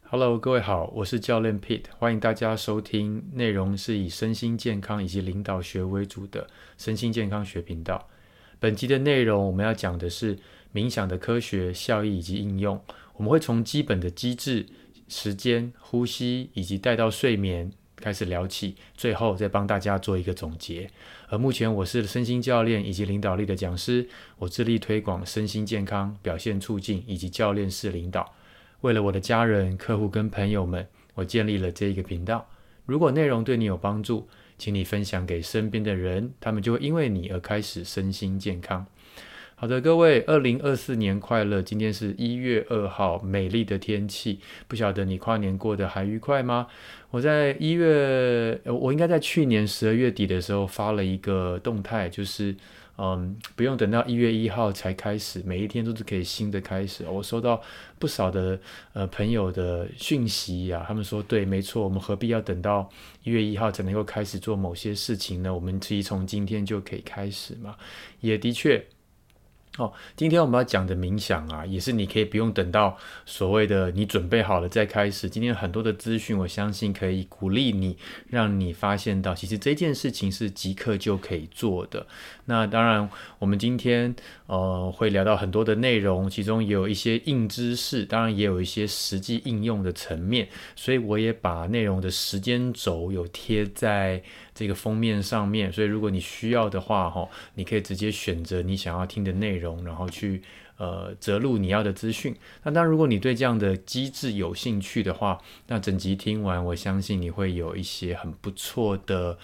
Hello，各位好，我是教练 Pete，欢迎大家收听内容是以身心健康以及领导学为主的身心健康学频道。本集的内容我们要讲的是冥想的科学、效益以及应用。我们会从基本的机制、时间、呼吸以及带到睡眠开始聊起，最后再帮大家做一个总结。而目前我是身心教练以及领导力的讲师，我致力推广身心健康、表现促进以及教练式领导。为了我的家人、客户跟朋友们，我建立了这一个频道。如果内容对你有帮助，请你分享给身边的人，他们就会因为你而开始身心健康。好的，各位，2024年快乐！今天是1月2号，美丽的天气，不晓得你跨年过得还愉快吗？我在我应该在去年12月底的时候发了一个动态，就是不用等到1月1号才开始，每一天都是可以新的开始。我收到不少的朋友的讯息啊，他们说对，没错，我们何必要等到1月1号才能够开始做某些事情呢？我们其实从今天就可以开始嘛。也的确。今天我们要讲的冥想啊，也是你可以不用等到所谓的你准备好了再开始。今天很多的资讯，我相信可以鼓励你，让你发现到其实这件事情是即刻就可以做的。那当然，我们今天会聊到很多的内容，其中也有一些硬知识，当然也有一些实际应用的层面。所以我也把内容的时间轴有贴在这个封面上面，所以如果你需要的话，你可以直接选择你想要听的内容，然后去择录你要的资讯。那当然，如果你对这样的机制有兴趣的话，那整集听完，我相信你会有一些很不错的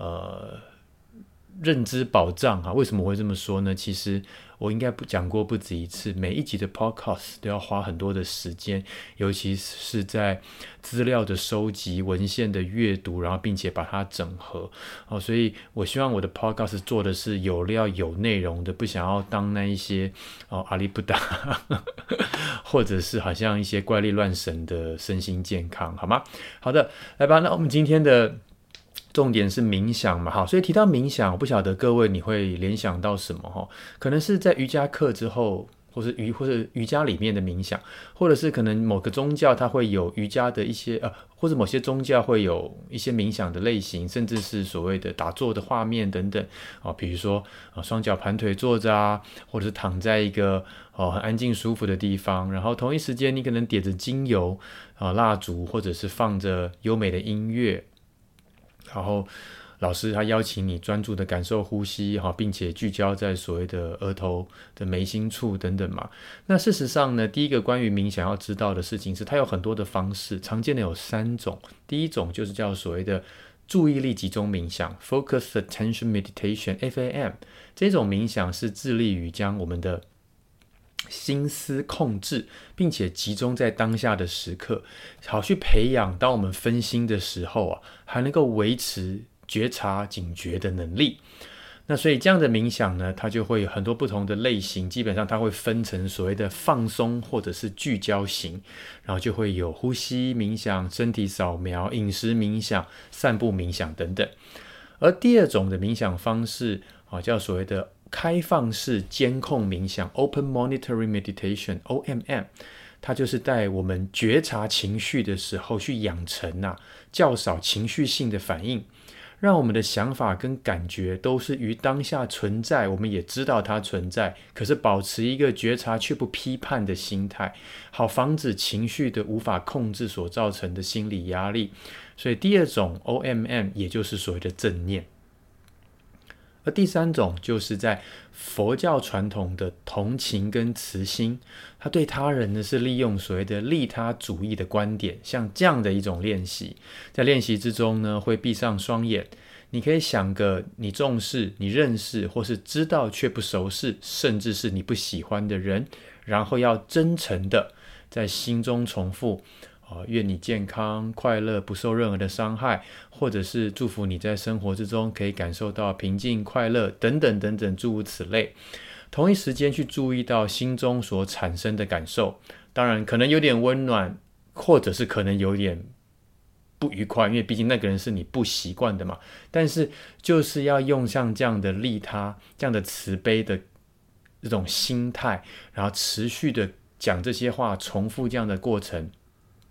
认知保障啊。为什么我会这么说呢？其实我应该讲过不止一次，每一集的 podcast 都要花很多的时间，尤其是在资料的收集、文献的阅读，然后并且把它整合。所以我希望我的 podcast 做的是有料有内容的，不想要当那一些阿里不达或者是好像一些怪力乱神的身心健康，好吗？好的，来吧，那我们今天的重点是冥想嘛，好，所以提到冥想，我不晓得各位你会联想到什么可能是在瑜伽课之后，或是瑜伽里面的冥想，或者是可能某个宗教它会有瑜伽的一些或者某些宗教会有一些冥想的类型，甚至是所谓的打坐的画面等等比如说双脚盘腿坐着啊，或者是躺在一个很安静舒服的地方，然后同一时间你可能点着精油蜡烛，或者是放着优美的音乐。然后老师他邀请你专注的感受呼吸并且聚焦在所谓的额头的眉心处等等嘛。那事实上呢，第一个关于冥想要知道的事情是它有很多的方式，常见的有3种。第一种就是叫所谓的注意力集中冥想 Focus Attention Meditation FAM， 这种冥想是致力于将我们的心思控制，并且集中在当下的时刻，好去培养当我们分心的时候还能够维持觉察警觉的能力。那所以这样的冥想呢，它就会有很多不同的类型，基本上它会分成所谓的放松或者是聚焦型，然后就会有呼吸冥想、身体扫描、饮食冥想、散步冥想等等。而第二种的冥想方式叫所谓的开放式监控冥想 Open Monitoring Meditation OMM， 它就是在我们觉察情绪的时候去养成较少情绪性的反应，让我们的想法跟感觉都是于当下存在，我们也知道它存在，可是保持一个觉察却不批判的心态，好防止情绪的无法控制所造成的心理压力。所以第二种 OMM 也就是所谓的正念。而第3种就是在佛教传统的同情跟慈心，他对他人呢是利用所谓的利他主义的观点，像这样的一种练习。在练习之中呢，会闭上双眼，你可以想个你重视、你认识或是知道却不熟识，甚至是你不喜欢的人，然后要真诚的在心中重复愿你健康快乐，不受任何的伤害，或者是祝福你在生活之中可以感受到平静快乐等等等等诸如此类。同一时间去注意到心中所产生的感受，当然可能有点温暖，或者是可能有点不愉快，因为毕竟那个人是你不习惯的嘛。但是就是要用像这样的利他、这样的慈悲的这种心态，然后持续的讲这些话，重复这样的过程，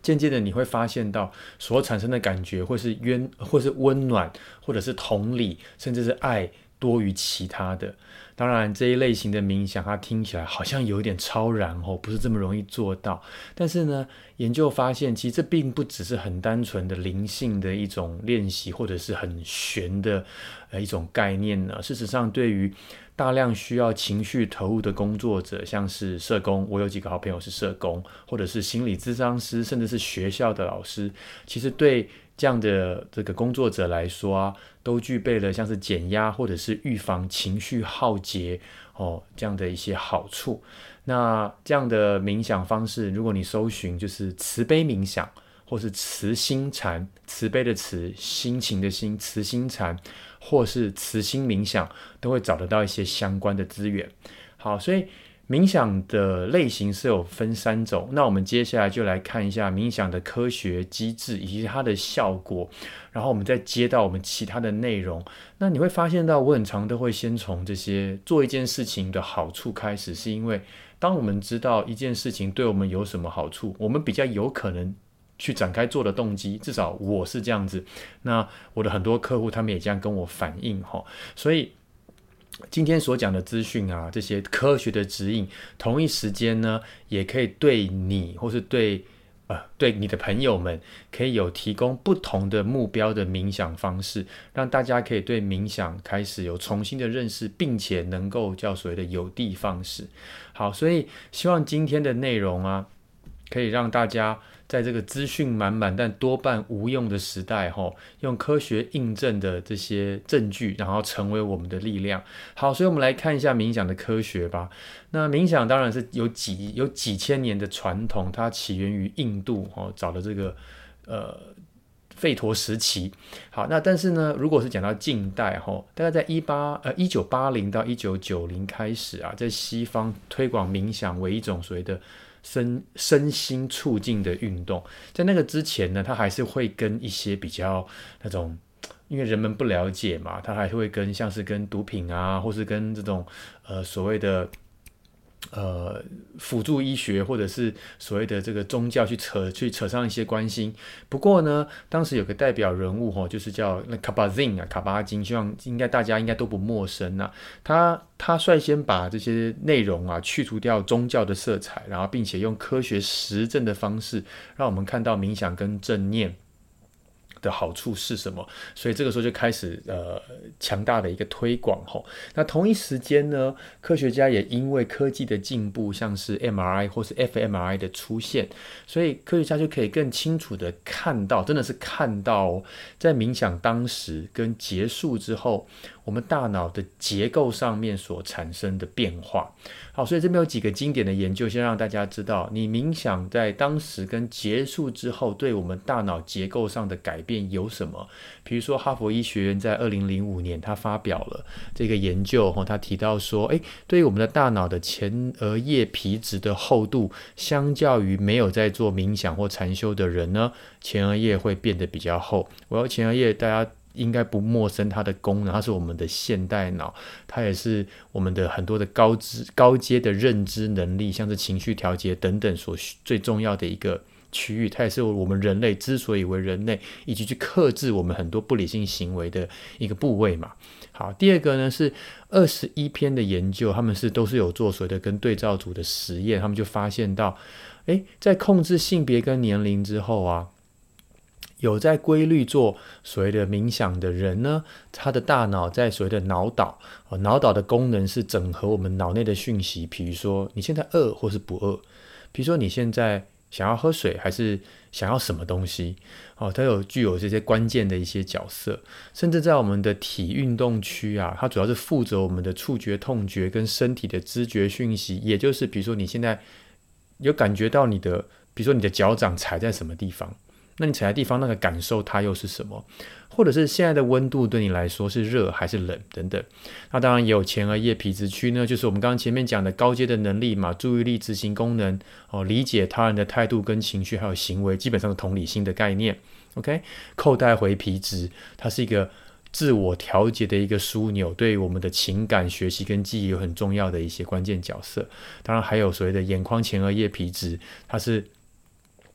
渐渐的你会发现到所产生的感觉或是温暖，或者是同理，甚至是爱多于其他的。当然这一类型的冥想它听起来好像有一点超然不是这么容易做到，但是呢研究发现其实这并不只是很单纯的灵性的一种练习，或者是很玄的一种概念呢。事实上对于大量需要情绪投入的工作者，像是社工，我有几个好朋友是社工，或者是心理咨商师，甚至是学校的老师，其实对这样的这个工作者来说都具备了像是减压或者是预防情绪浩劫这样的一些好处。那这样的冥想方式，如果你搜寻就是慈悲冥想，或是慈心禅，慈悲的慈，心情的心，慈心禅，或是慈心冥想，都会找得到一些相关的资源。好，所以冥想的类型是有分3种，那我们接下来就来看一下冥想的科学机制以及它的效果，然后我们再接到我们其他的内容。那你会发现到我很常都会先从这些做一件事情的好处开始，是因为当我们知道一件事情对我们有什么好处，我们比较有可能去展开做的动机，至少我是这样子，那我的很多客户他们也这样跟我反映所以今天所讲的资讯这些科学的指引，同一时间呢也可以对你或是对你的朋友们可以有提供不同的目标的冥想方式，让大家可以对冥想开始有重新的认识，并且能够叫所谓的有的放矢。好，所以希望今天的内容可以让大家在这个资讯满满但多半无用的时代用科学印证的这些证据，然后成为我们的力量。好，所以我们来看一下冥想的科学吧。那冥想当然是有几千年的传统，它起源于印度找的这个吠陀时期。好，那但是呢，如果是讲到近代大概在1980到1990开始在西方推广冥想为一种所谓的身心促进的运动。在那个之前呢，它还是会跟一些比较那种，因为人们不了解嘛，它还会像是跟毒品或是跟这种所谓的辅助医学或者是所谓的这个宗教去扯上一些关系。不过呢，当时有个代表人物就是叫卡巴金卡巴金，希望大家应该都不陌生他率先把这些内容去除掉宗教的色彩，然后并且用科学实证的方式，让我们看到冥想跟正念的好处是什么。所以这个时候就开始强大的一个推广那同一时间呢，科学家也因为科技的进步，像是 MRI 或是 fMRI 的出现，所以科学家就可以更清楚的看到，真的是看到在冥想当时跟结束之后，我们大脑的结构上面所产生的变化。好，所以这边有几个经典的研究，先让大家知道你冥想在当时跟结束之后对我们大脑结构上的改变有什么。比如说哈佛医学院在2005年他发表了这个研究他提到说对于我们的大脑的前额叶皮质的厚度，相较于没有在做冥想或禅修的人呢，前额叶会变得比较厚。前额叶大家应该不陌生，它的功能，它是我们的现代脑，它也是我们的很多的高阶的认知能力，像是情绪调节等等所最重要的一个区域，它也是我们人类之所以为人类，以及去克制我们很多不理性行为的一个部位嘛。好，第二个呢是21篇的研究，他们都是有做所谓的跟对照组的实验，他们就发现到在控制性别跟年龄之后有在规律做所谓的冥想的人呢，他的大脑在所谓的脑岛的功能是整合我们脑内的讯息，比如说你现在饿或是不饿，比如说你现在想要喝水还是想要什么东西它具有这些关键的一些角色。甚至在我们的体运动区它主要是负责我们的触觉、痛觉跟身体的知觉讯息，也就是比如说你现在有感觉到比如说你的脚掌踩在什么地方，那你踩在地方那个感受它又是什么，或者是现在的温度对你来说是热还是冷等等。那当然也有前额叶皮质区呢，就是我们刚刚前面讲的高阶的能力嘛，注意力、执行功能理解他人的态度跟情绪还有行为，基本上是同理心的概念。 OK， 扣带回皮质，它是一个自我调节的一个枢纽，对于我们的情感、学习跟记忆有很重要的一些关键角色。当然还有所谓的眼眶前额叶皮质，它是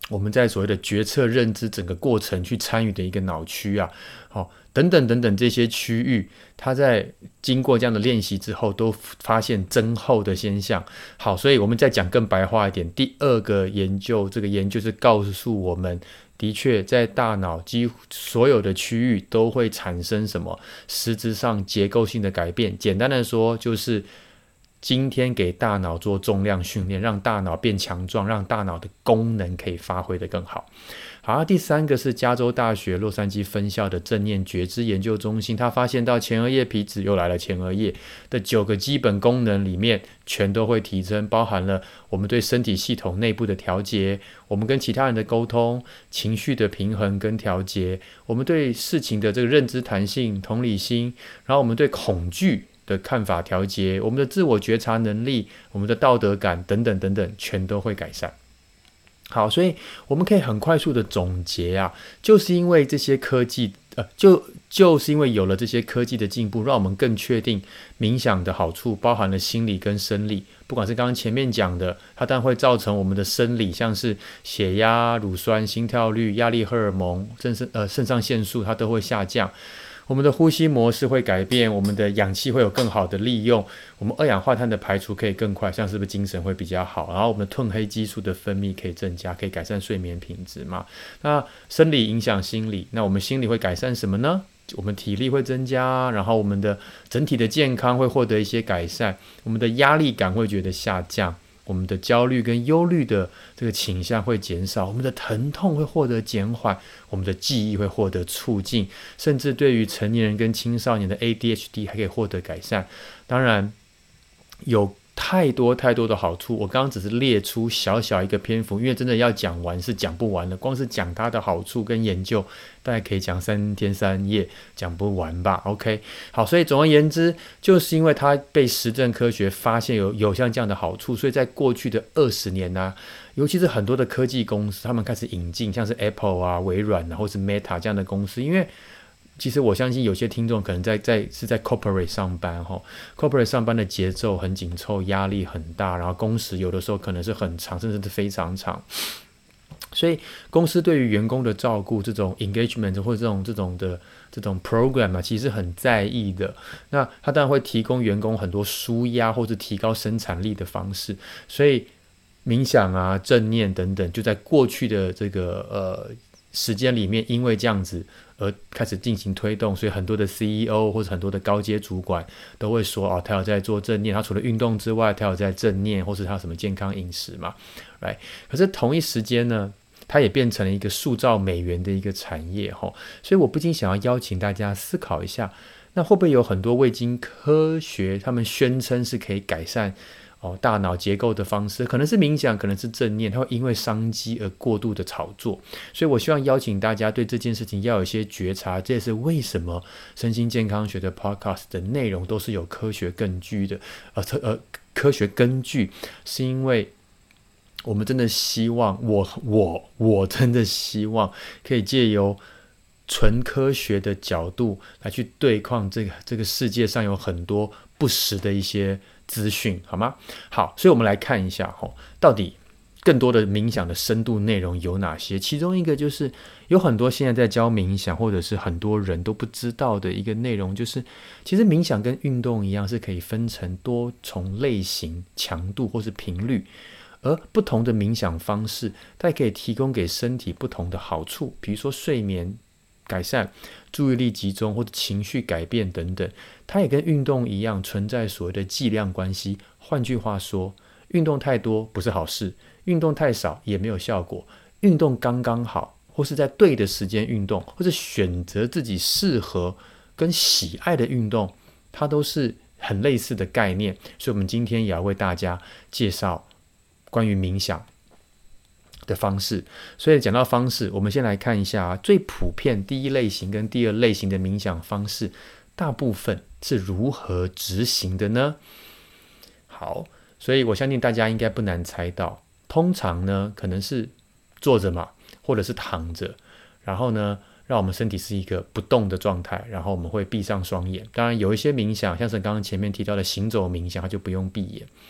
我们在所谓的决策认知整个过程去参与的一个脑区啊，等等等等这些区域，它在经过这样的练习之后，都发现增厚的现象。好，所以我们再讲更白话一点，第二个研究，这个研究是告诉我们，的确在大脑几乎所有的区域都会产生什么实质上结构性的改变。简单的说，就是今天给大脑做重量训练，让大脑变强壮，让大脑的功能可以发挥得更好。好，第三个是加州大学洛杉矶分校的正念觉知研究中心，他发现到前额叶皮质又来了，前额叶的9个基本功能里面全都会提升，包含了我们对身体系统内部的调节，我们跟其他人的沟通，情绪的平衡跟调节，我们对事情的这个认知弹性、同理心，然后我们对恐惧的看法调节，我们的自我觉察能力，我们的道德感等等等等，全都会改善。好，所以我们可以很快速的总结啊，就是因为这些科技，就是因为有了这些科技的进步，让我们更确定冥想的好处包含了心理跟生理。不管是刚刚前面讲的，它当然会造成我们的生理，像是血压、乳酸、心跳率、压力荷尔蒙、肾上腺素，它都会下降。我们的呼吸模式会改变，我们的氧气会有更好的利用，我们二氧化碳的排除可以更快，像是不是精神会比较好，然后我们的褪黑激素的分泌可以增加，可以改善睡眠品质嘛。那生理影响心理，那我们心理会改善什么呢？我们体力会增加，然后我们的整体的健康会获得一些改善，我们的压力感会觉得下降，我们的焦虑跟忧虑的这个倾向会减少，我们的疼痛会获得减缓，我们的记忆会获得促进，甚至对于成年人跟青少年的 ADHD 还可以获得改善。当然有太多的好处，我刚刚只是列出小小一个篇幅，因为真的要讲完是讲不完的，光是讲它的好处跟研究大概可以讲3天3夜，讲不完吧。 OK， 好，所以总而言之，就是因为它被实证科学发现有像这样的好处，所以在过去的20年啊，尤其是很多的科技公司，他们开始引进像是 Apple 啊、微软啊或是 Meta 这样的公司。因为其实我相信有些听众可能在 corporate 上班corporate 上班的节奏很紧凑，压力很大，然后工时有的时候可能是很长，甚至是非常长，所以公司对于员工的照顾，这种 engagement 或者这种 program 啊，其实很在意的。那他当然会提供员工很多抒压或者提高生产力的方式，所以冥想啊、正念等等，就在过去的这个时间里面，因为这样子而开始进行推动，所以很多的 CEO 或者很多的高阶主管都会说，他有在做正念，他除了运动之外，他有在正念，或是他有什么健康饮食嘛 ，right？ 可是同一时间呢，它也变成了一个塑造美元的一个产业所以我不禁想要邀请大家思考一下，那会不会有很多未经科学他们宣称是可以改善大脑结构的方式，可能是冥想，可能是正念，它会因为商机而过度的炒作。所以我希望邀请大家对这件事情要有一些觉察，这也是为什么身心健康学的 podcast 的内容都是有科学根据的。科学根据是因为我们真的希望，我真的希望可以借由纯科学的角度来去对抗这个世界上有很多不实的一些资讯，好吗？好，所以我们来看一下到底更多的冥想的深度内容有哪些。其中一个就是有很多现在在教冥想或者是很多人都不知道的一个内容，就是其实冥想跟运动一样，是可以分成多重类型、强度或是频率，而不同的冥想方式它也可以提供给身体不同的好处，比如说睡眠改善、注意力集中或者情绪改变等等。它也跟运动一样存在所谓的剂量关系。换句话说，运动太多不是好事，运动太少也没有效果。运动刚刚好，或是在对的时间运动，或者选择自己适合跟喜爱的运动，它都是很类似的概念。所以我们今天也要为大家介绍关于冥想的方式。所以讲到方式，我们先来看一下最普遍第一类型跟第二类型的冥想方式大部分是如何执行的呢？好，所以我相信大家应该不难猜到，通常呢可能是坐着嘛，或者是躺着，然后呢让我们身体是一个不动的状态，然后我们会闭上双眼。当然有一些冥想，像是刚刚前面提到的行走冥想，它就不用闭眼。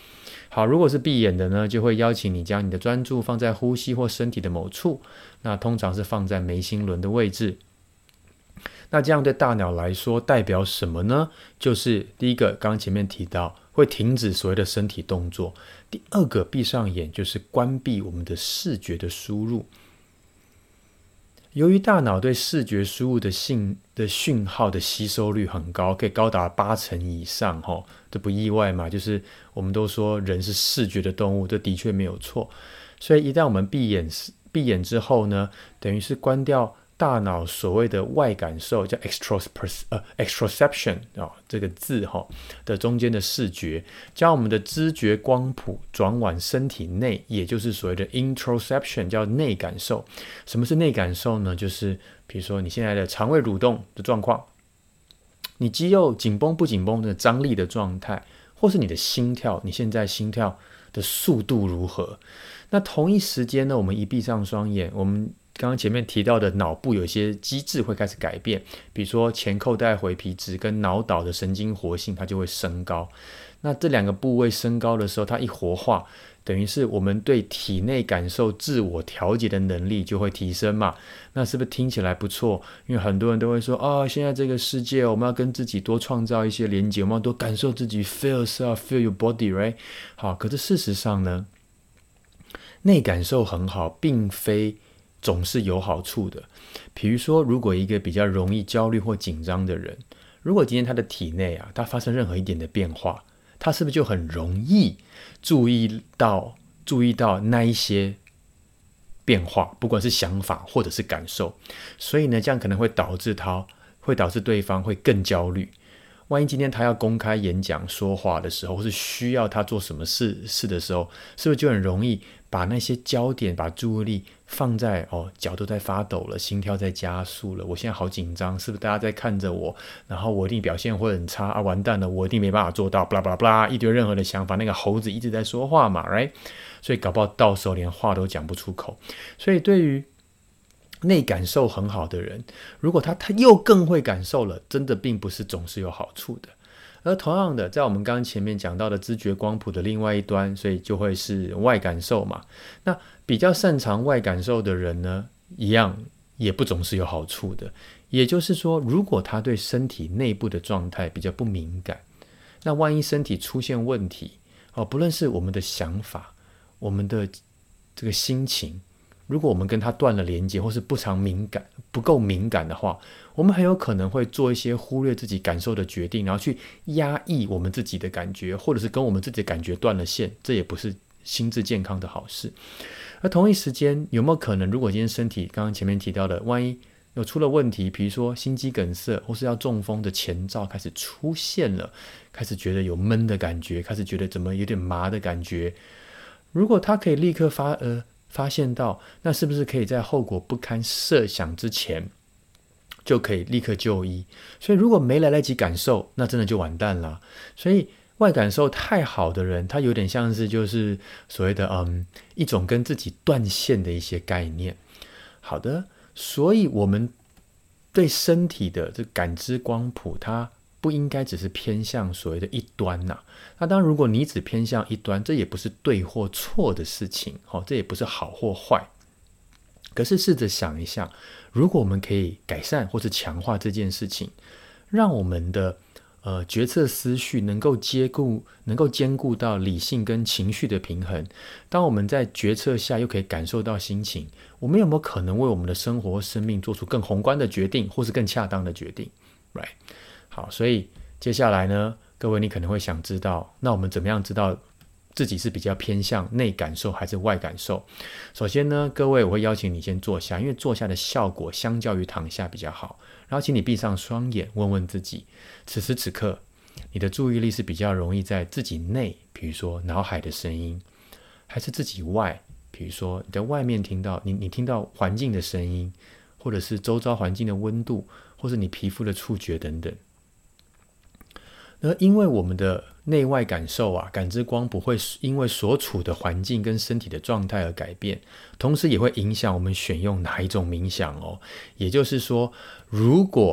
好，如果是闭眼的呢，就会邀请你将你的专注放在呼吸或身体的某处，那通常是放在眉心轮的位置。那这样对大脑来说代表什么呢？就是第一个，刚刚前面提到会停止所谓的身体动作；第二个，闭上眼就是关闭我们的视觉的输入。由于大脑对视觉输入的讯号的吸收率很高，可以高达80%以上，这不意外嘛，就是我们都说人是视觉的动物，这的确没有错。所以一旦我们闭眼之后呢，等于是关掉大脑所谓的外感受，叫 extroception 这个字的中间的视觉，将我们的知觉光谱转往身体内，也就是所谓的 interoception， 叫内感受。什么是内感受呢？就是比如说你现在的肠胃蠕动的状况，你肌肉紧绷不紧绷的张力的状态，或是你的心跳，你现在心跳的速度如何。那同一时间呢，我们一闭上双眼，我们刚刚前面提到的脑部有一些机制会开始改变，比如说前扣带回皮质跟脑岛的神经活性，它就会升高。那这两个部位升高的时候，它一活化，等于是我们对体内感受自我调节的能力就会提升嘛。那是不是听起来不错？因为很多人都会说现在这个世界我们要跟自己多创造一些连结，我们要多感受自己 feel yourself, feel your body, right？ 好，可是事实上呢，内感受很好，并非总是有好处的。比如说，如果一个比较容易焦虑或紧张的人，如果今天他的体内他发生任何一点的变化，他是不是就很容易注意到那一些变化，不管是想法或者是感受？所以呢，这样可能会导致对方会更焦虑。万一今天他要公开演讲说话的时候，或是需要他做什么事的时候，是不是就很容易把那些焦点，把注意力放在脚都在发抖了，心跳在加速了，我现在好紧张，是不是大家在看着我，然后我一定表现会很差完蛋了，我一定没办法做到blah blah blah，一堆任何的想法，那个猴子一直在说话嘛 right？ 所以搞不好到时候连话都讲不出口。所以对于内感受很好的人，如果他又更会感受了，真的并不是总是有好处的。而同样的，在我们刚刚前面讲到的知觉光谱的另外一端，所以就会是外感受嘛。那比较擅长外感受的人呢，一样也不总是有好处的。也就是说，如果他对身体内部的状态比较不敏感，那万一身体出现问题，不论是我们的想法，我们的这个心情，如果我们跟他断了连接，或是不够敏感的话，我们很有可能会做一些忽略自己感受的决定，然后去压抑我们自己的感觉，或者是跟我们自己的感觉断了线，这也不是心智健康的好事。而同一时间，有没有可能，如果今天身体刚刚前面提到的，万一有出了问题，比如说心肌梗塞或是要中风的前兆开始出现了，开始觉得有闷的感觉，开始觉得怎么有点麻的感觉，如果他可以立刻发现到，那是不是可以在后果不堪设想之前就可以立刻就医？所以如果没来得及感受，那真的就完蛋了。所以外感受太好的人，他有点像是就是所谓的一种跟自己断线的一些概念。好的，所以我们对身体的这感知光谱，它不应该只是偏向所谓的一端呐。那当然，如果你只偏向一端，这也不是对或错的事情，这也不是好或坏。可是试着想一下，如果我们可以改善或是强化这件事情，让我们的决策思绪能够兼顾到理性跟情绪的平衡，当我们在决策下又可以感受到心情，我们有没有可能为我们的生活或生命做出更宏观的决定，或是更恰当的决定 right？ 好，所以接下来呢，各位你可能会想知道，那我们怎么样知道自己是比较偏向内感受还是外感受？首先呢，各位我会邀请你先坐下，因为坐下的效果相较于躺下比较好。然后请你闭上双眼，问问自己，此时此刻你的注意力是比较容易在自己内，比如说脑海的声音，还是自己外，比如说你在外面听到你听到环境的声音，或者是周遭环境的温度，或是你皮肤的触觉等等。那因为我们的内外感受感知光谱会因为所处的环境跟身体的状态而改变，同时也会影响我们选用哪一种冥想也就是说，如果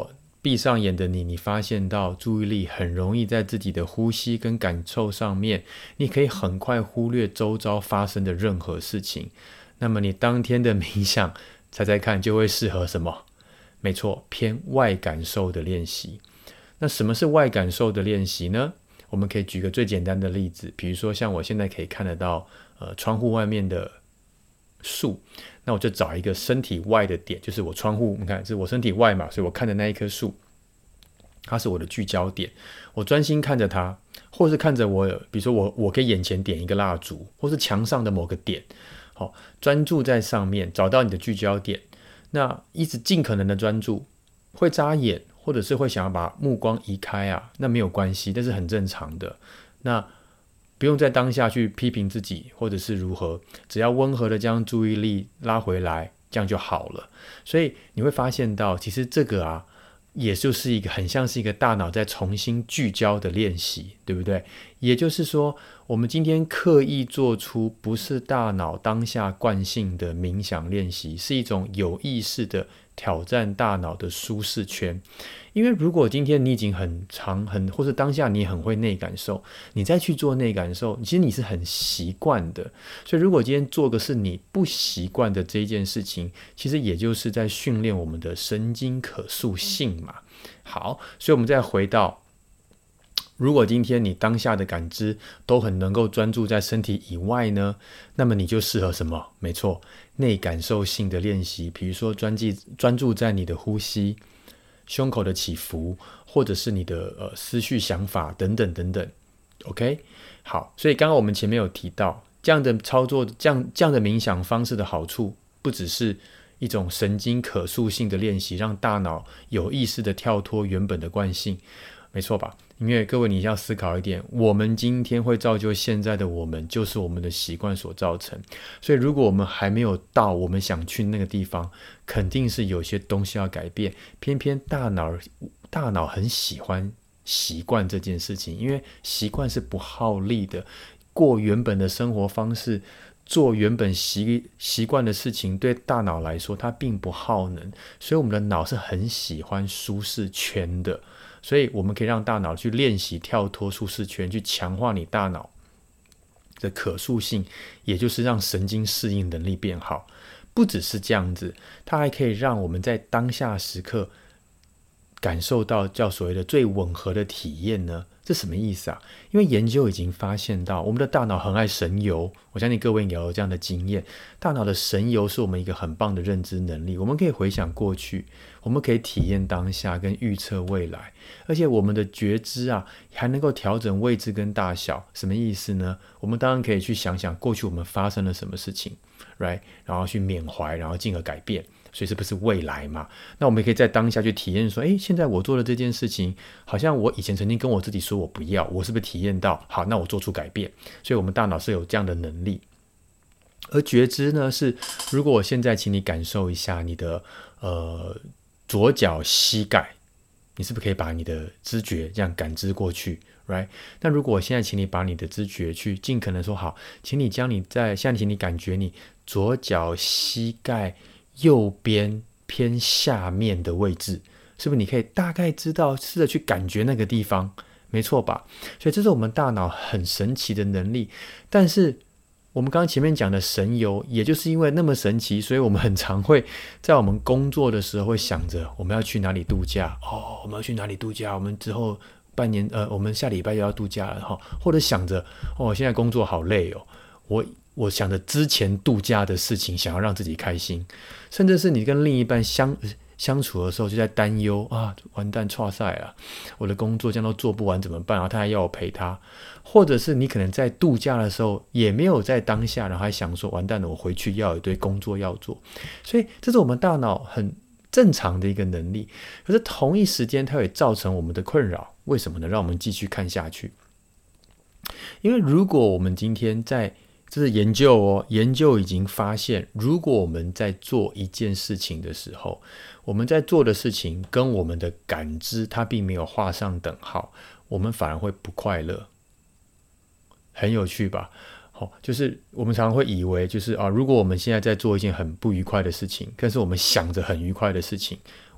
闭上眼的你发现到注意力很容易在自己的呼吸跟感受上面，你可以很快忽略周遭发生的任何事情。那么你当天的冥想，猜猜看就会适合什么？没错，偏外感受的练习。那什么是外感受的练习呢？我们可以举个最简单的例子，比如说像我现在可以看得到窗户外面的树，那我就找一个身体外的点，就是我窗户，你看是我身体外嘛，所以我看的那一棵树，它是我的聚焦点，我专心看着它，或是看着我，比如说我可以眼前点一个蜡烛，或是墙上的某个点，专注在上面，找到你的聚焦点，那一直尽可能的专注，会眨眼，或者是会想要把目光移开啊，那没有关系，这是很正常的。那不用在当下去批评自己，或者是如何，只要温和的将注意力拉回来，这样就好了。所以你会发现到，其实这个啊，也就是一个很像是一个大脑在重新聚焦的练习，对不对？也就是说，我们今天刻意做出不是大脑当下惯性的冥想练习，是一种有意识的挑战大脑的舒适圈。因为如果今天你已经或是当下你很会内感受，你再去做内感受，其实你是很习惯的。所以如果今天做的是你不习惯的这一件事情，其实也就是在训练我们的神经可塑性嘛。好，所以我们再回到，如果今天你当下的感知都很能够专注在身体以外呢，那么你就适合什么？没错，内感受性的练习，比如说专注在你的呼吸、胸口的起伏，或者是你的思绪想法等等等等。 OK， 好，所以刚刚我们前面有提到，这样的操作，这样的冥想方式的好处，不只是一种神经可塑性的练习，让大脑有意识的跳脱原本的惯性，没错吧？因为各位你要思考一点，我们今天会造就现在的我们，就是我们的习惯所造成。所以如果我们还没有到我们想去那个地方，肯定是有些东西要改变。偏偏大脑很喜欢习惯这件事情，因为习惯是不耗力的，过原本的生活方式，做原本习惯的事情，对大脑来说它并不耗能，所以我们的脑是很喜欢舒适圈的。所以我们可以让大脑去练习跳脱舒适圈，去强化你大脑的可塑性，也就是让神经适应能力变好。不只是这样子，它还可以让我们在当下时刻感受到叫所谓的最吻合的体验呢？这什么意思啊？因为研究已经发现到，我们的大脑很爱神游，我相信各位也有这样的经验。大脑的神游是我们一个很棒的认知能力，我们可以回想过去，我们可以体验当下跟预测未来，而且我们的觉知啊，还能够调整位置跟大小。什么意思呢？我们当然可以去想想过去我们发生了什么事情 right？ 然后去缅怀，然后进而改变，所以这不是未来嘛？那我们也可以在当下去体验说，现在我做的这件事情，好像我以前曾经跟我自己说我不要，我是不是体验到？好，那我做出改变。所以我们大脑是有这样的能力。而觉知呢，是如果我现在请你感受一下你的左脚膝盖，你是不是可以把你的知觉这样感知过去 right？ 那如果我现在请你把你的知觉去尽可能说好，请你将现在请你感觉你左脚膝盖右边偏下面的位置，是不是你可以大概知道，试着去感觉那个地方，没错吧？所以这是我们大脑很神奇的能力。但是我们刚刚前面讲的神游，也就是因为那么神奇，所以我们很常会在我们工作的时候会想着我们要去哪里度假，我们要去哪里度假，我们之后半年我们下礼拜又要度假了，或者想着现在工作好累我想着之前度假的事情，想要让自己开心，甚至是你跟另一半相处的时候就在担忧啊，完蛋挫赛了，我的工作这样都做不完怎么办啊？他还要我陪他，或者是你可能在度假的时候也没有在当下，然后还想说完蛋了，我回去要有一堆工作要做。所以这是我们大脑很正常的一个能力，可是同一时间它会造成我们的困扰。为什么呢？让我们继续看下去。因为如果我们今天这是研究已经发现，如果我们在做一件事情的时候，我们在做的事情跟我们的感知它并没有画上等号，我们反而会不快乐。很有趣吧？就是我们常常会以为就是如果我们现在在做一件很不愉快的事情，但是我们想着很愉快的事情，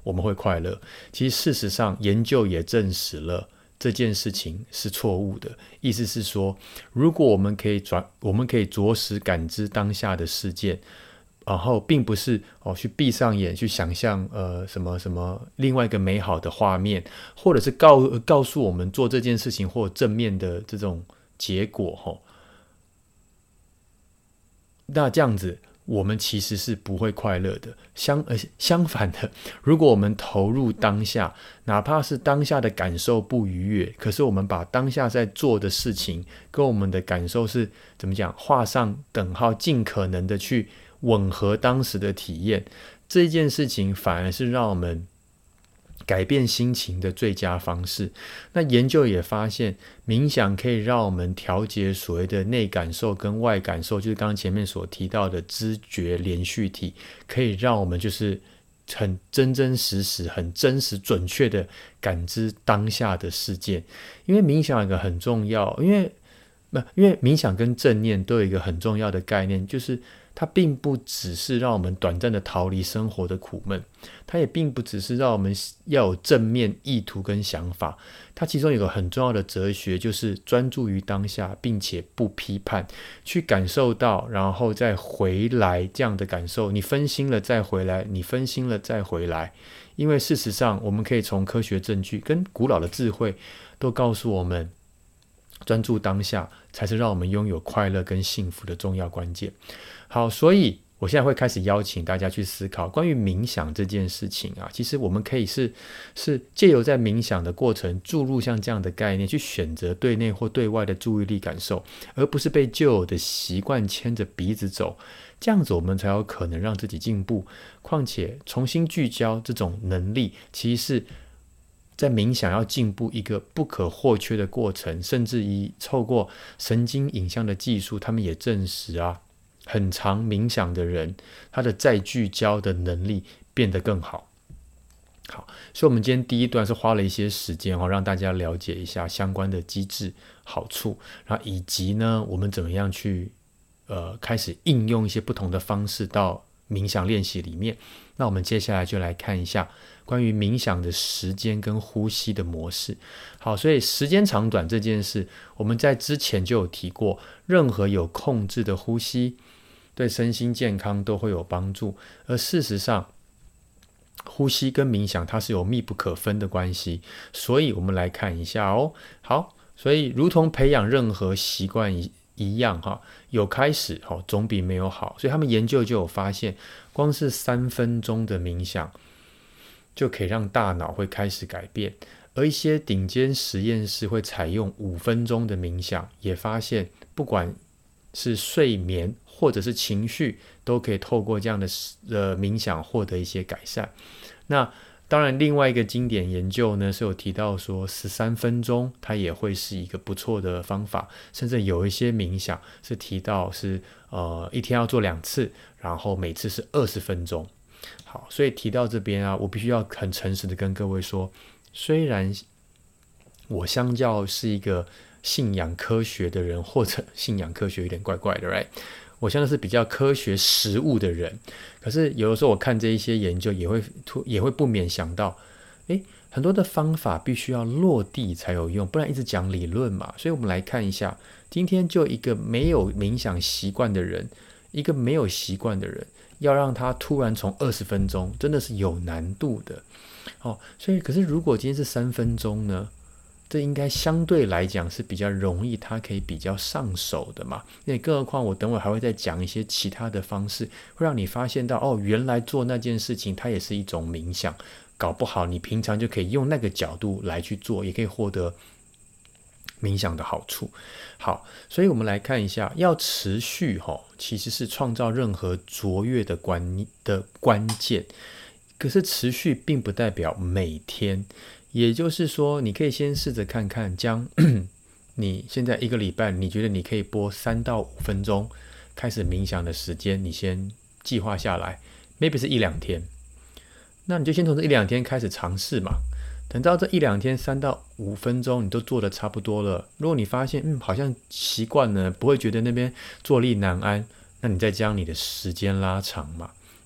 我们会快乐。其实事实上研究也证实了这件事情是错误的，意思是说，如果我们可以着实感知当下的事件，然后并不是去闭上眼去想象什么什么另外一个美好的画面，或者是告诉我们做这件事情或正面的这种结果那这样子我们其实是不会快乐的。相反的，如果我们投入当下，哪怕是当下的感受不愉悦，可是我们把当下在做的事情跟我们的感受是怎么讲画上等号，尽可能的去吻合当时的体验，这件事情反而是让我们改变心情的最佳方式。那研究也发现，冥想可以让我们调节所谓的内感受跟外感受，就是刚刚前面所提到的知觉连续体，可以让我们就是很真实、很真实、准确的感知当下的事件。因为冥想有一个很重要，因为冥想跟正念都有一个很重要的概念，就是它并不只是让我们短暂的逃离生活的苦闷，它也并不只是让我们要有正面意图跟想法，它其中有个很重要的哲学，就是专注于当下，并且不批判，去感受到，然后再回来这样的感受。你分心了再回来，你分心了再回来。因为事实上，我们可以从科学证据跟古老的智慧都告诉我们，专注当下才是让我们拥有快乐跟幸福的重要关键。好，所以我现在会开始邀请大家去思考关于冥想这件事情啊。其实我们可以是借由在冥想的过程注入像这样的概念，去选择对内或对外的注意力感受，而不是被旧有的习惯牵着鼻子走。这样子我们才有可能让自己进步。况且重新聚焦这种能力，其实是在冥想要进步一个不可或缺的过程。甚至于透过神经影像的技术，他们也证实啊，很常冥想的人，他的再聚焦的能力变得更好。好，所以我们今天第一段是花了一些时间让大家了解一下相关的机制、好处，然后以及呢，我们怎么样去开始应用一些不同的方式到冥想练习里面。那我们接下来就来看一下关于冥想的时间跟呼吸的模式。好，所以时间长短这件事，我们在之前就有提过，任何有控制的呼吸对身心健康都会有帮助。而事实上，呼吸跟冥想它是有密不可分的关系。所以我们来看一下哦。好，所以如同培养任何习惯一样有开始总比没有好。所以他们研究就有发现，光是3分钟的冥想就可以让大脑会开始改变。而一些顶尖实验室会采用5分钟的冥想，也发现不管是睡眠或者是情绪，都可以透过这样的冥想获得一些改善。那当然另外一个经典研究呢，是有提到说13分钟它也会是一个不错的方法。甚至有一些冥想是提到是一天要做2次，然后每次是20分钟。好，所以提到这边啊，我必须要很诚实的跟各位说，虽然我相较是一个信仰科学的人，或者信仰科学有点怪怪的 right？ 我相信是比较科学实务的人，可是有的时候我看这一些研究也会不免想到，很多的方法必须要落地才有用，不然一直讲理论嘛。所以我们来看一下，今天就一个没有冥想习惯的人，一个没有习惯的人，要让他突然从20分钟，真的是有难度的。所以可是如果今天是3分钟呢，这应该相对来讲是比较容易，它可以比较上手的嘛。因为更何况我等会还会再讲一些其他的方式，会让你发现到原来做那件事情它也是一种冥想，搞不好你平常就可以用那个角度来去做，也可以获得冥想的好处。好，所以我们来看一下，要持续其实是创造任何卓越的关键。可是持续并不代表每天，也就是说你可以先试着看看，将你现在1个礼拜你觉得你可以播3到5分钟开始冥想的时间，你先计划下来， maybe 是1-2天，那你就先从这1-2天开始尝试嘛。等到这1-2天3到5分钟你都做得差不多了，如果你发现好像习惯了，不会觉得那边坐立难安，那你再将你的时间拉长嘛。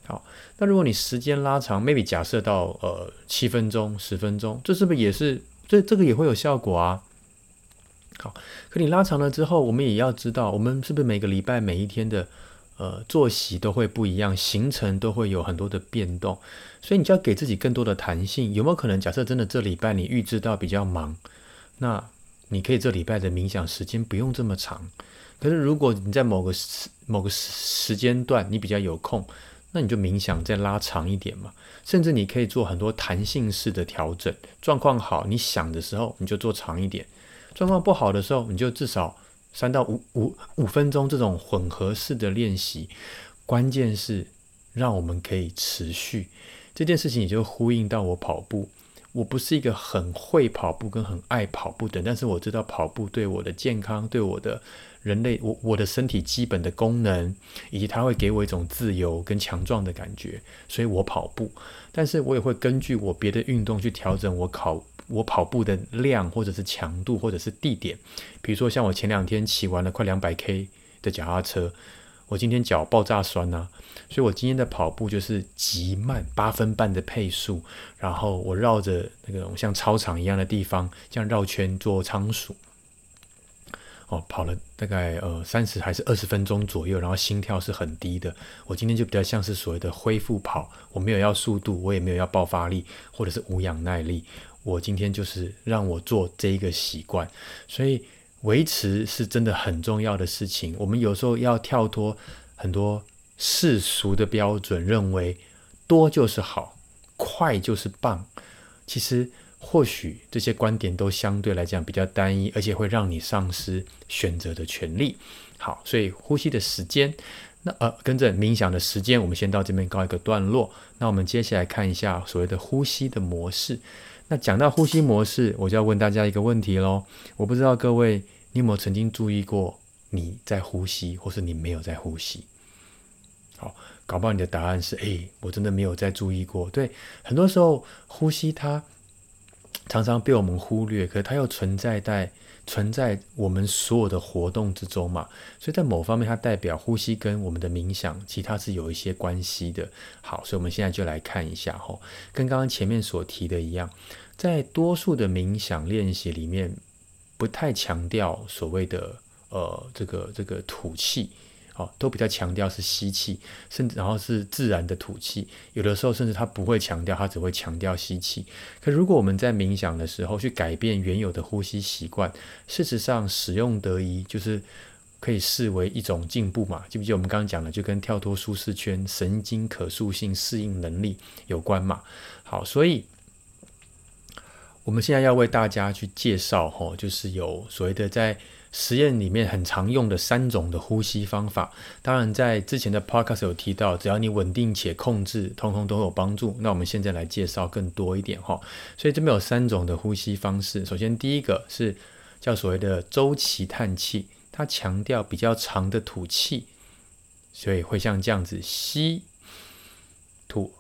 好，那如果你时间拉长 ，maybe 假设到7分钟、10分钟，这是不是也是这个也会有效果啊？好，可你拉长了之后，我们也要知道，我们是不是每个礼拜每一天的作息都会不一样，行程都会有很多的变动，所以你就要给自己更多的弹性。有没有可能，假设真的这礼拜你预知到比较忙，那你可以这礼拜的冥想时间不用这么长。可是如果你在某个时间段你比较有空，那你就冥想再拉长一点嘛。甚至你可以做很多弹性式的调整，状况好你想的时候你就做长一点，状况不好的时候你就至少3到5分钟这种混合式的练习。关键是让我们可以持续这件事情，也就呼应到我跑步。我不是一个很会跑步跟很爱跑步的，但是我知道跑步对我的健康，对我的人类我的身体基本的功能，以及它会给我一种自由跟强壮的感觉，所以我跑步。但是我也会根据我别的运动去调整我跑步的量，或者是强度，或者是地点。比如说像我前2天骑完了快200K 的脚踏车，我今天脚爆炸酸啊，所以我今天的跑步就是极慢8分半的配速，然后我绕着那种像操场一样的地方这样绕圈做仓鼠。跑了大概30还是20分钟左右，然后心跳是很低的。我今天就比较像是所谓的恢复跑，我没有要速度，我也没有要爆发力或者是无氧耐力，我今天就是让我做这一个习惯。所以维持是真的很重要的事情。我们有时候要跳脱很多世俗的标准，认为多就是好，快就是棒。其实或许这些观点都相对来讲比较单一，而且会让你丧失选择的权利。好，所以呼吸的时间，跟着冥想的时间，我们先到这边告一个段落。那我们接下来看一下所谓的呼吸的模式。那讲到呼吸模式，我就要问大家一个问题咯。我不知道各位你有没有曾经注意过你在呼吸，或是你没有在呼吸？好，搞不好你的答案是我真的没有在注意过。对，很多时候呼吸它常常被我们忽略，可是它又存在我们所有的活动之中嘛，所以在某方面它代表呼吸跟我们的冥想其他是有一些关系的。好，所以我们现在就来看一下跟刚刚前面所提的一样，在多数的冥想练习里面不太强调所谓的这个吐气，都比较强调是吸气，甚至然后是自然的吐气。有的时候甚至他不会强调，他只会强调吸气。可如果我们在冥想的时候去改变原有的呼吸习惯，事实上使用得宜，就是可以视为一种进步嘛。记不记得我们刚刚讲的，就跟跳脱舒适圈、神经可塑性、适应能力有关嘛。好，所以我们现在要为大家去介绍就是有所谓的在实验里面很常用的3种的呼吸方法。当然在之前的 podcast 有提到，只要你稳定且控制，通通都有帮助。那我们现在来介绍更多一点所以这边有3种的呼吸方式。首先第一个是叫所谓的周期叹气，它强调比较长的吐气，所以会像这样子吸吐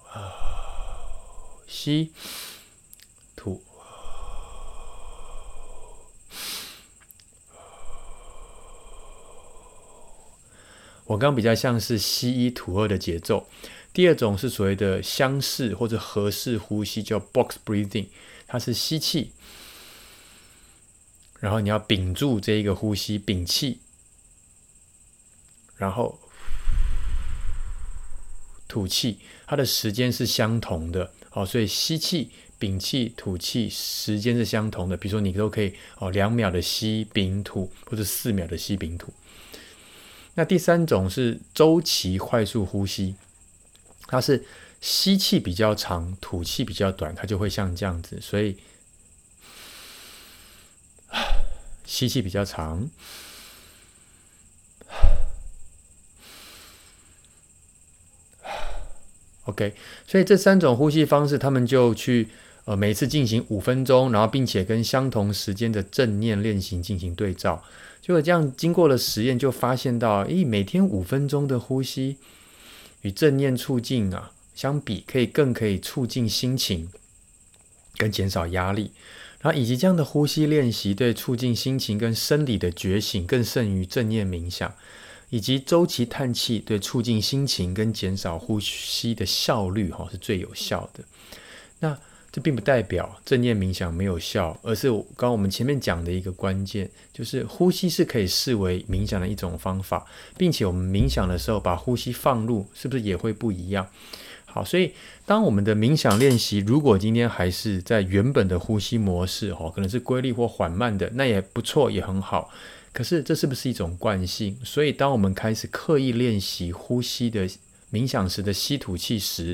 吸吐。我刚刚比较像是吸1吐2的节奏。第二种是所谓的箱式或者合式呼吸，叫 box breathing， 它是吸气，然后你要屏住这一个呼吸，屏气，然后吐气，它的时间是相同的。所以吸气、屏气、吐气时间是相同的。比如说你都可以2秒的吸屏吐，或者4秒的吸屏吐。那第3种是周期快速呼吸，它是吸气比较长，吐气比较短，它就会像这样子。所以吸气比较长，OK， 所以这3种呼吸方式，他们就去每次进行5分钟，然后并且跟相同时间的正念练习进行对照。结果这样经过了实验，就发现到每天5分钟的呼吸与正念促进相比，更可以促进心情跟减少压力。然后以及这样的呼吸练习对促进心情跟生理的觉醒更胜于正念冥想。 以及周期叹气对促进心情跟减少呼吸的效率是最有效的。那这并不代表正念冥想没有效，而是刚刚我们前面讲的一个关键，就是呼吸是可以视为冥想的一种方法，并且我们冥想的时候把呼吸放入，是不是也会不一样？好，所以当我们的冥想练习如果今天还是在原本的呼吸模式可能是规律或缓慢的，那也不错，也很好。可是这是不是一种惯性？所以当我们开始刻意练习呼吸的冥想时的吸吐气时，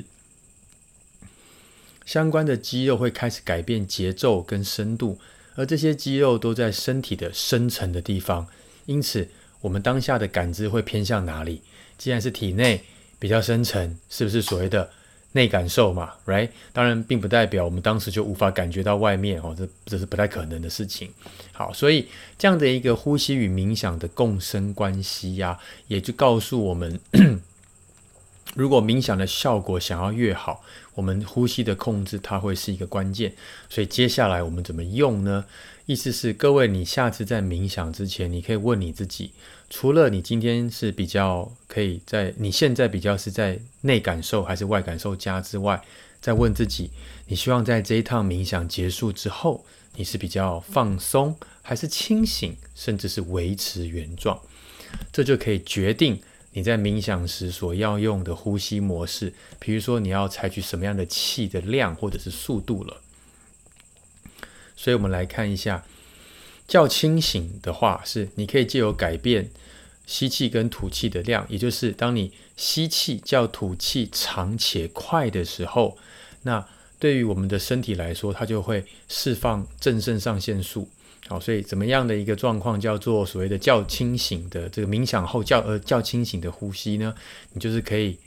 相关的肌肉会开始改变节奏跟深度，而这些肌肉都在身体的深层的地方，因此我们当下的感知会偏向哪里？既然是体内比较深层，是不是所谓的内感受嘛 right？ 当然并不代表我们当时就无法感觉到外面这是不太可能的事情。好，所以这样的一个呼吸与冥想的共生关系也就告诉我们如果冥想的效果想要越好，我们呼吸的控制它会是一个关键。所以接下来我们怎么用呢？意思是各位你下次在冥想之前，你可以问你自己，除了你今天是比较可以你现在比较是在内感受还是外感受加之外，再问自己，你希望在这一趟冥想结束之后，你是比较放松还是清醒，甚至是维持原状？这就可以决定你在冥想时所要用的呼吸模式，比如说你要采取什么样的气的量或者是速度了。所以我们来看一下，较清醒的话是你可以藉由改变吸气跟吐气的量，也就是当你吸气较吐气长且快的时候，那对于我们的身体来说，它就会释放正肾上腺素。好，所以怎么样的一个状况叫做所谓的较清醒的这个冥想后较清醒的呼吸呢？你就是可以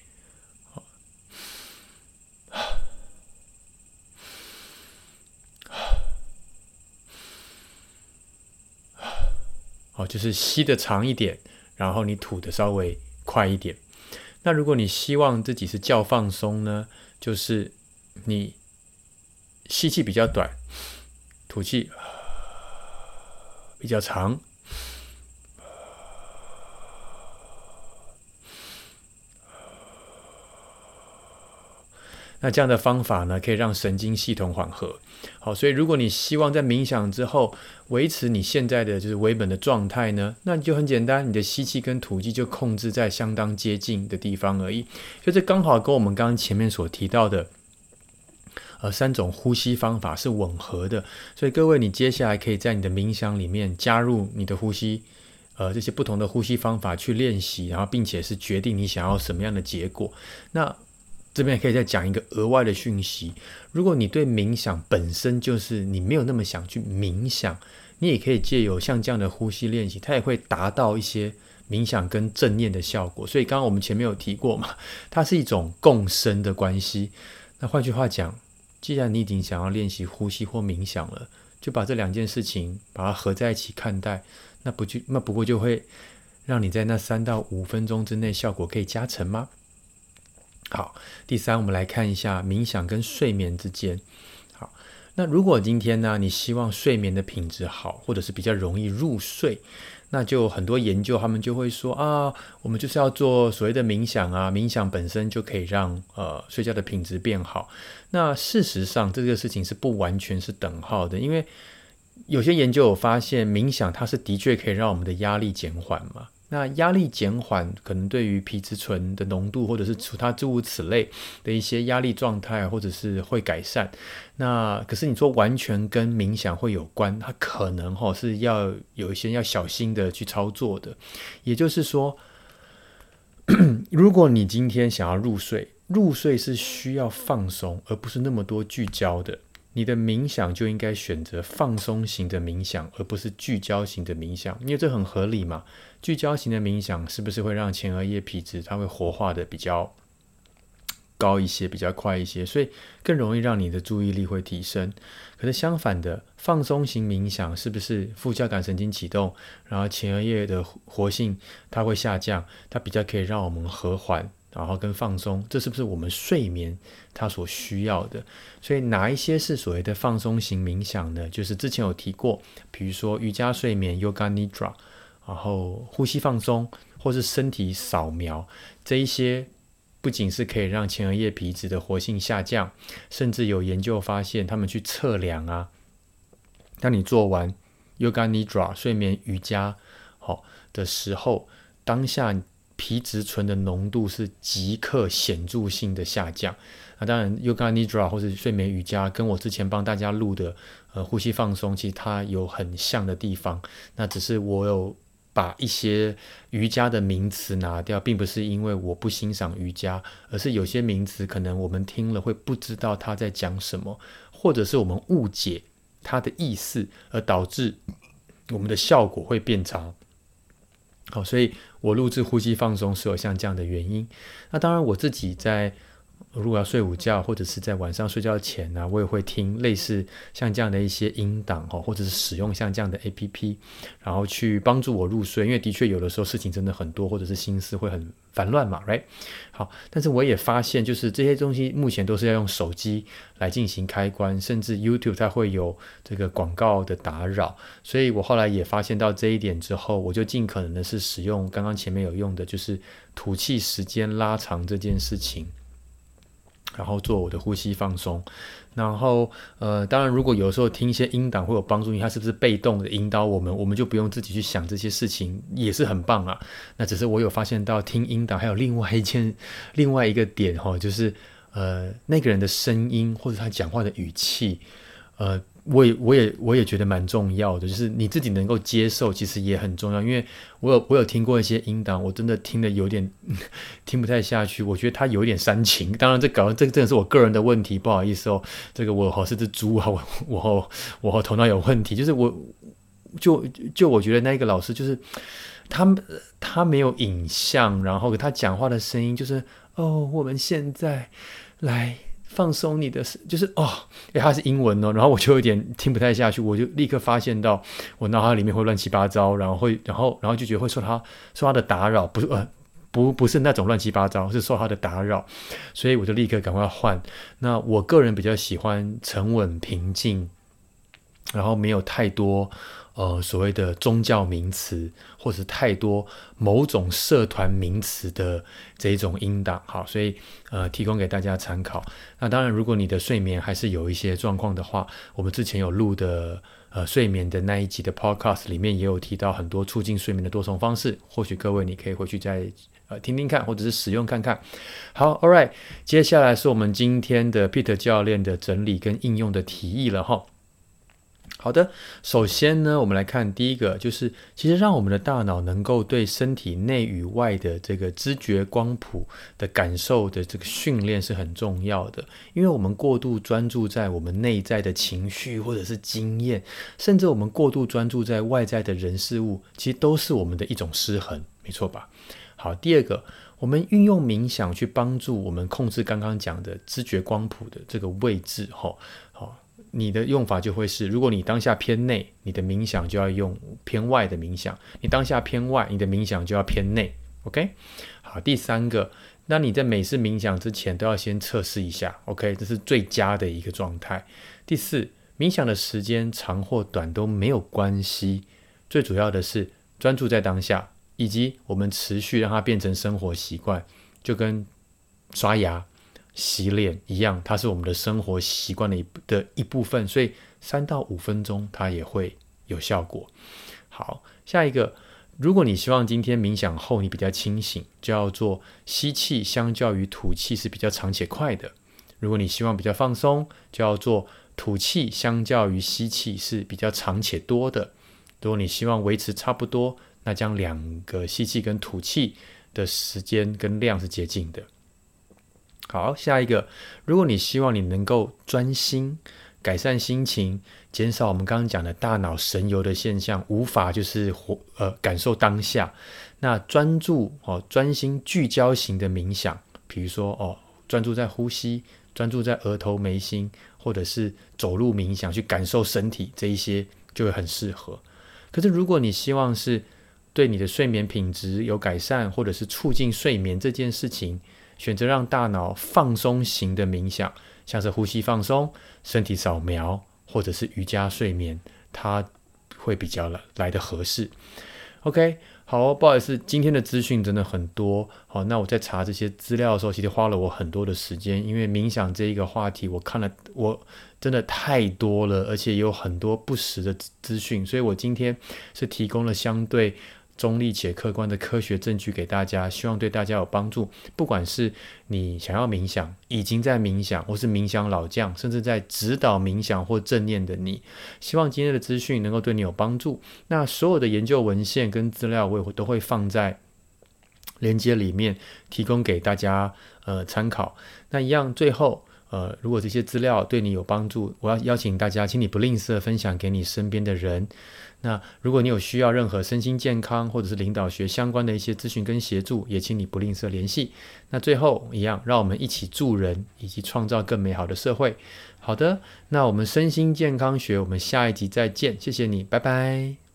就是吸的长一点，然后你吐的稍微快一点。那如果你希望自己是较放松呢，就是你吸气比较短，吐气比较长。那这样的方法呢，可以让神经系统缓和。好，所以如果你希望在冥想之后维持你现在的就是维本的状态呢，那你就很简单，你的吸气跟吐气就控制在相当接近的地方而已。就这刚好跟我们刚刚前面所提到的3种呼吸方法是吻合的。所以各位，你接下来可以在你的冥想里面加入你的呼吸这些不同的呼吸方法去练习，然后并且是决定你想要什么样的结果。那这边也可以再讲一个额外的讯息，如果你对冥想本身就是你没有那么想去冥想，你也可以借由像这样的呼吸练习，它也会达到一些冥想跟正念的效果。所以刚刚我们前面有提过嘛，它是一种共生的关系。那换句话讲，既然你已经想要练习呼吸或冥想了，就把这2件事情把它合在一起看待，那不过就会让你在那3到5分钟之内效果可以加成吗？好，第3，我们来看一下冥想跟睡眠之间。好，那如果今天呢，你希望睡眠的品质好，或者是比较容易入睡，那就很多研究他们就会说我们就是要做所谓的冥想冥想本身就可以让睡觉的品质变好。那事实上这个事情是不完全是等号的，因为有些研究有发现冥想它是的确可以让我们的压力减缓嘛。那压力减缓可能对于皮质醇的浓度或者是其他诸如此类的一些压力状态或者是会改善。那可是你说完全跟冥想会有关，它可能是要有一些要小心的去操作的。也就是说如果你今天想要入睡是需要放松而不是那么多聚焦的，你的冥想就应该选择放松型的冥想，而不是聚焦型的冥想，因为这很合理嘛。聚焦型的冥想是不是会让前额叶皮质它会活化的比较高一些，比较快一些，所以更容易让你的注意力会提升。可是相反的，放松型冥想是不是副交感神经启动，然后前额叶的活性它会下降，它比较可以让我们和缓然后跟放松，这是不是我们睡眠它所需要的？所以哪一些是所谓的放松型冥想呢？就是之前有提过，比如说瑜伽睡眠 Yoga Nidra， 然后呼吸放松， 或是身体扫描，这一些不仅是可以让前额叶皮质的活性下降，甚至有研究发现他们去测量啊，当你做完 Yoga Nidra 睡眠瑜伽的时候，当下皮质醇的浓度是即刻显著性的下降。那当然 Yoga Nidra 或是睡眠瑜伽跟我之前帮大家录的呼吸放松，其实它有很像的地方，那只是我有把一些瑜伽的名词拿掉，并不是因为我不欣赏瑜伽，而是有些名词可能我们听了会不知道他在讲什么，或者是我们误解它的意思，而导致我们的效果会变差。好，所以我录制呼吸放松是有像这样的原因。那当然我自己在如果要睡午觉或者是在晚上睡觉前啊，我也会听类似像这样的一些音档或者是使用像这样的 APP， 然后去帮助我入睡，因为的确有的时候事情真的很多，或者是心思会很烦乱嘛 right？ 好，但是我也发现就是这些东西目前都是要用手机来进行开关，甚至 YouTube 它会有这个广告的打扰，所以我后来也发现到这一点之后，我就尽可能的是使用刚刚前面有用的就是吐气时间拉长这件事情，然后做我的呼吸放松。然后当然如果有时候听一些音档会有帮助，因为它是不是被动的引导我们就不用自己去想这些事情，也是很棒啊。那只是我有发现到听音档还有另外一个点就是那个人的声音或者他讲话的语气我也觉得蛮重要的，就是你自己能够接受其实也很重要。因为我有听过一些音档，我真的听得有点听不太下去，我觉得它有一点煽情。当然这真的是我个人的问题，不好意思这个我是只猪啊，我头脑有问题。就是我觉得那个老师就是他没有影像，然后他讲话的声音就是我们现在来放松你的，就是它是英文然后我就有点听不太下去，我就立刻发现到我脑海里面会乱七八糟，然后就觉得会受他的打扰，不是那种乱七八糟，是受他的打扰，所以我就立刻赶快换。那我个人比较喜欢沉稳平静，然后没有太多所谓的宗教名词或者太多某种社团名词的这一种音档。好，所以提供给大家参考。那当然如果你的睡眠还是有一些状况的话，我们之前有录的睡眠的那一集的 podcast 里面也有提到很多促进睡眠的多重方式，或许各位你可以回去再听听看，或者是使用看看。好 alright， 接下来是我们今天的 Peter 教练的整理跟应用的提议了齁。好的，首先呢，我们来看第一个，就是其实让我们的大脑能够对身体内与外的这个知觉光谱的感受的这个训练是很重要的。因为我们过度专注在我们内在的情绪或者是经验，甚至我们过度专注在外在的人事物，其实都是我们的一种失衡，没错吧？好，第二个，我们运用冥想去帮助我们控制刚刚讲的知觉光谱的这个位置你的用法就会是，如果你当下偏内，你的冥想就要用偏外的冥想；你当下偏外，你的冥想就要偏内。OK， 好，第三个，那你在每次冥想之前都要先测试一下 ，OK， 这是最佳的一个状态。第四，冥想的时间长或短都没有关系，最主要的是专注在当下，以及我们持续让它变成生活习惯，就跟刷牙洗脸一样，它是我们的生活习惯的一部分，所以3到5分钟它也会有效果。好，下一个，如果你希望今天冥想后你比较清醒，就要做吸气相较于吐气是比较长且快的。如果你希望比较放松，就要做吐气相较于吸气是比较长且多的。如果你希望维持差不多，那将2个吸气跟吐气的时间跟量是接近的。好，下一个，如果你希望你能够专心，改善心情，减少我们刚刚讲的大脑神游的现象，无法就是感受当下，那专注专心聚焦型的冥想，比如说专注在呼吸，专注在额头眉心，或者是走路冥想去感受身体，这一些就会很适合。可是如果你希望是对你的睡眠品质有改善，或者是促进睡眠这件事情，选择让大脑放松型的冥想，像是呼吸放松、身体扫描，或者是瑜伽睡眠，它会比较来得合适。OK， 好，不好意思，今天的资讯真的很多。好，那我在查这些资料的时候，其实花了我很多的时间，因为冥想这一个话题，我真的太多了，而且有很多不实的资讯，所以我今天是提供了相对中立且客观的科学证据给大家，希望对大家有帮助。不管是你想要冥想，已经在冥想，或是冥想老将，甚至在指导冥想或正念的你，希望今天的资讯能够对你有帮助。那所有的研究文献跟资料，我也都会放在连结里面，提供给大家参考。那一样，最后如果这些资料对你有帮助，我要邀请大家，请你不吝啬分享给你身边的人。那如果你有需要任何身心健康或者是领导学相关的一些咨询跟协助，也请你不吝啬联系。那最后一样，让我们一起助人，以及创造更美好的社会。好的，那我们身心健康学，我们下一集再见，谢谢你，拜拜。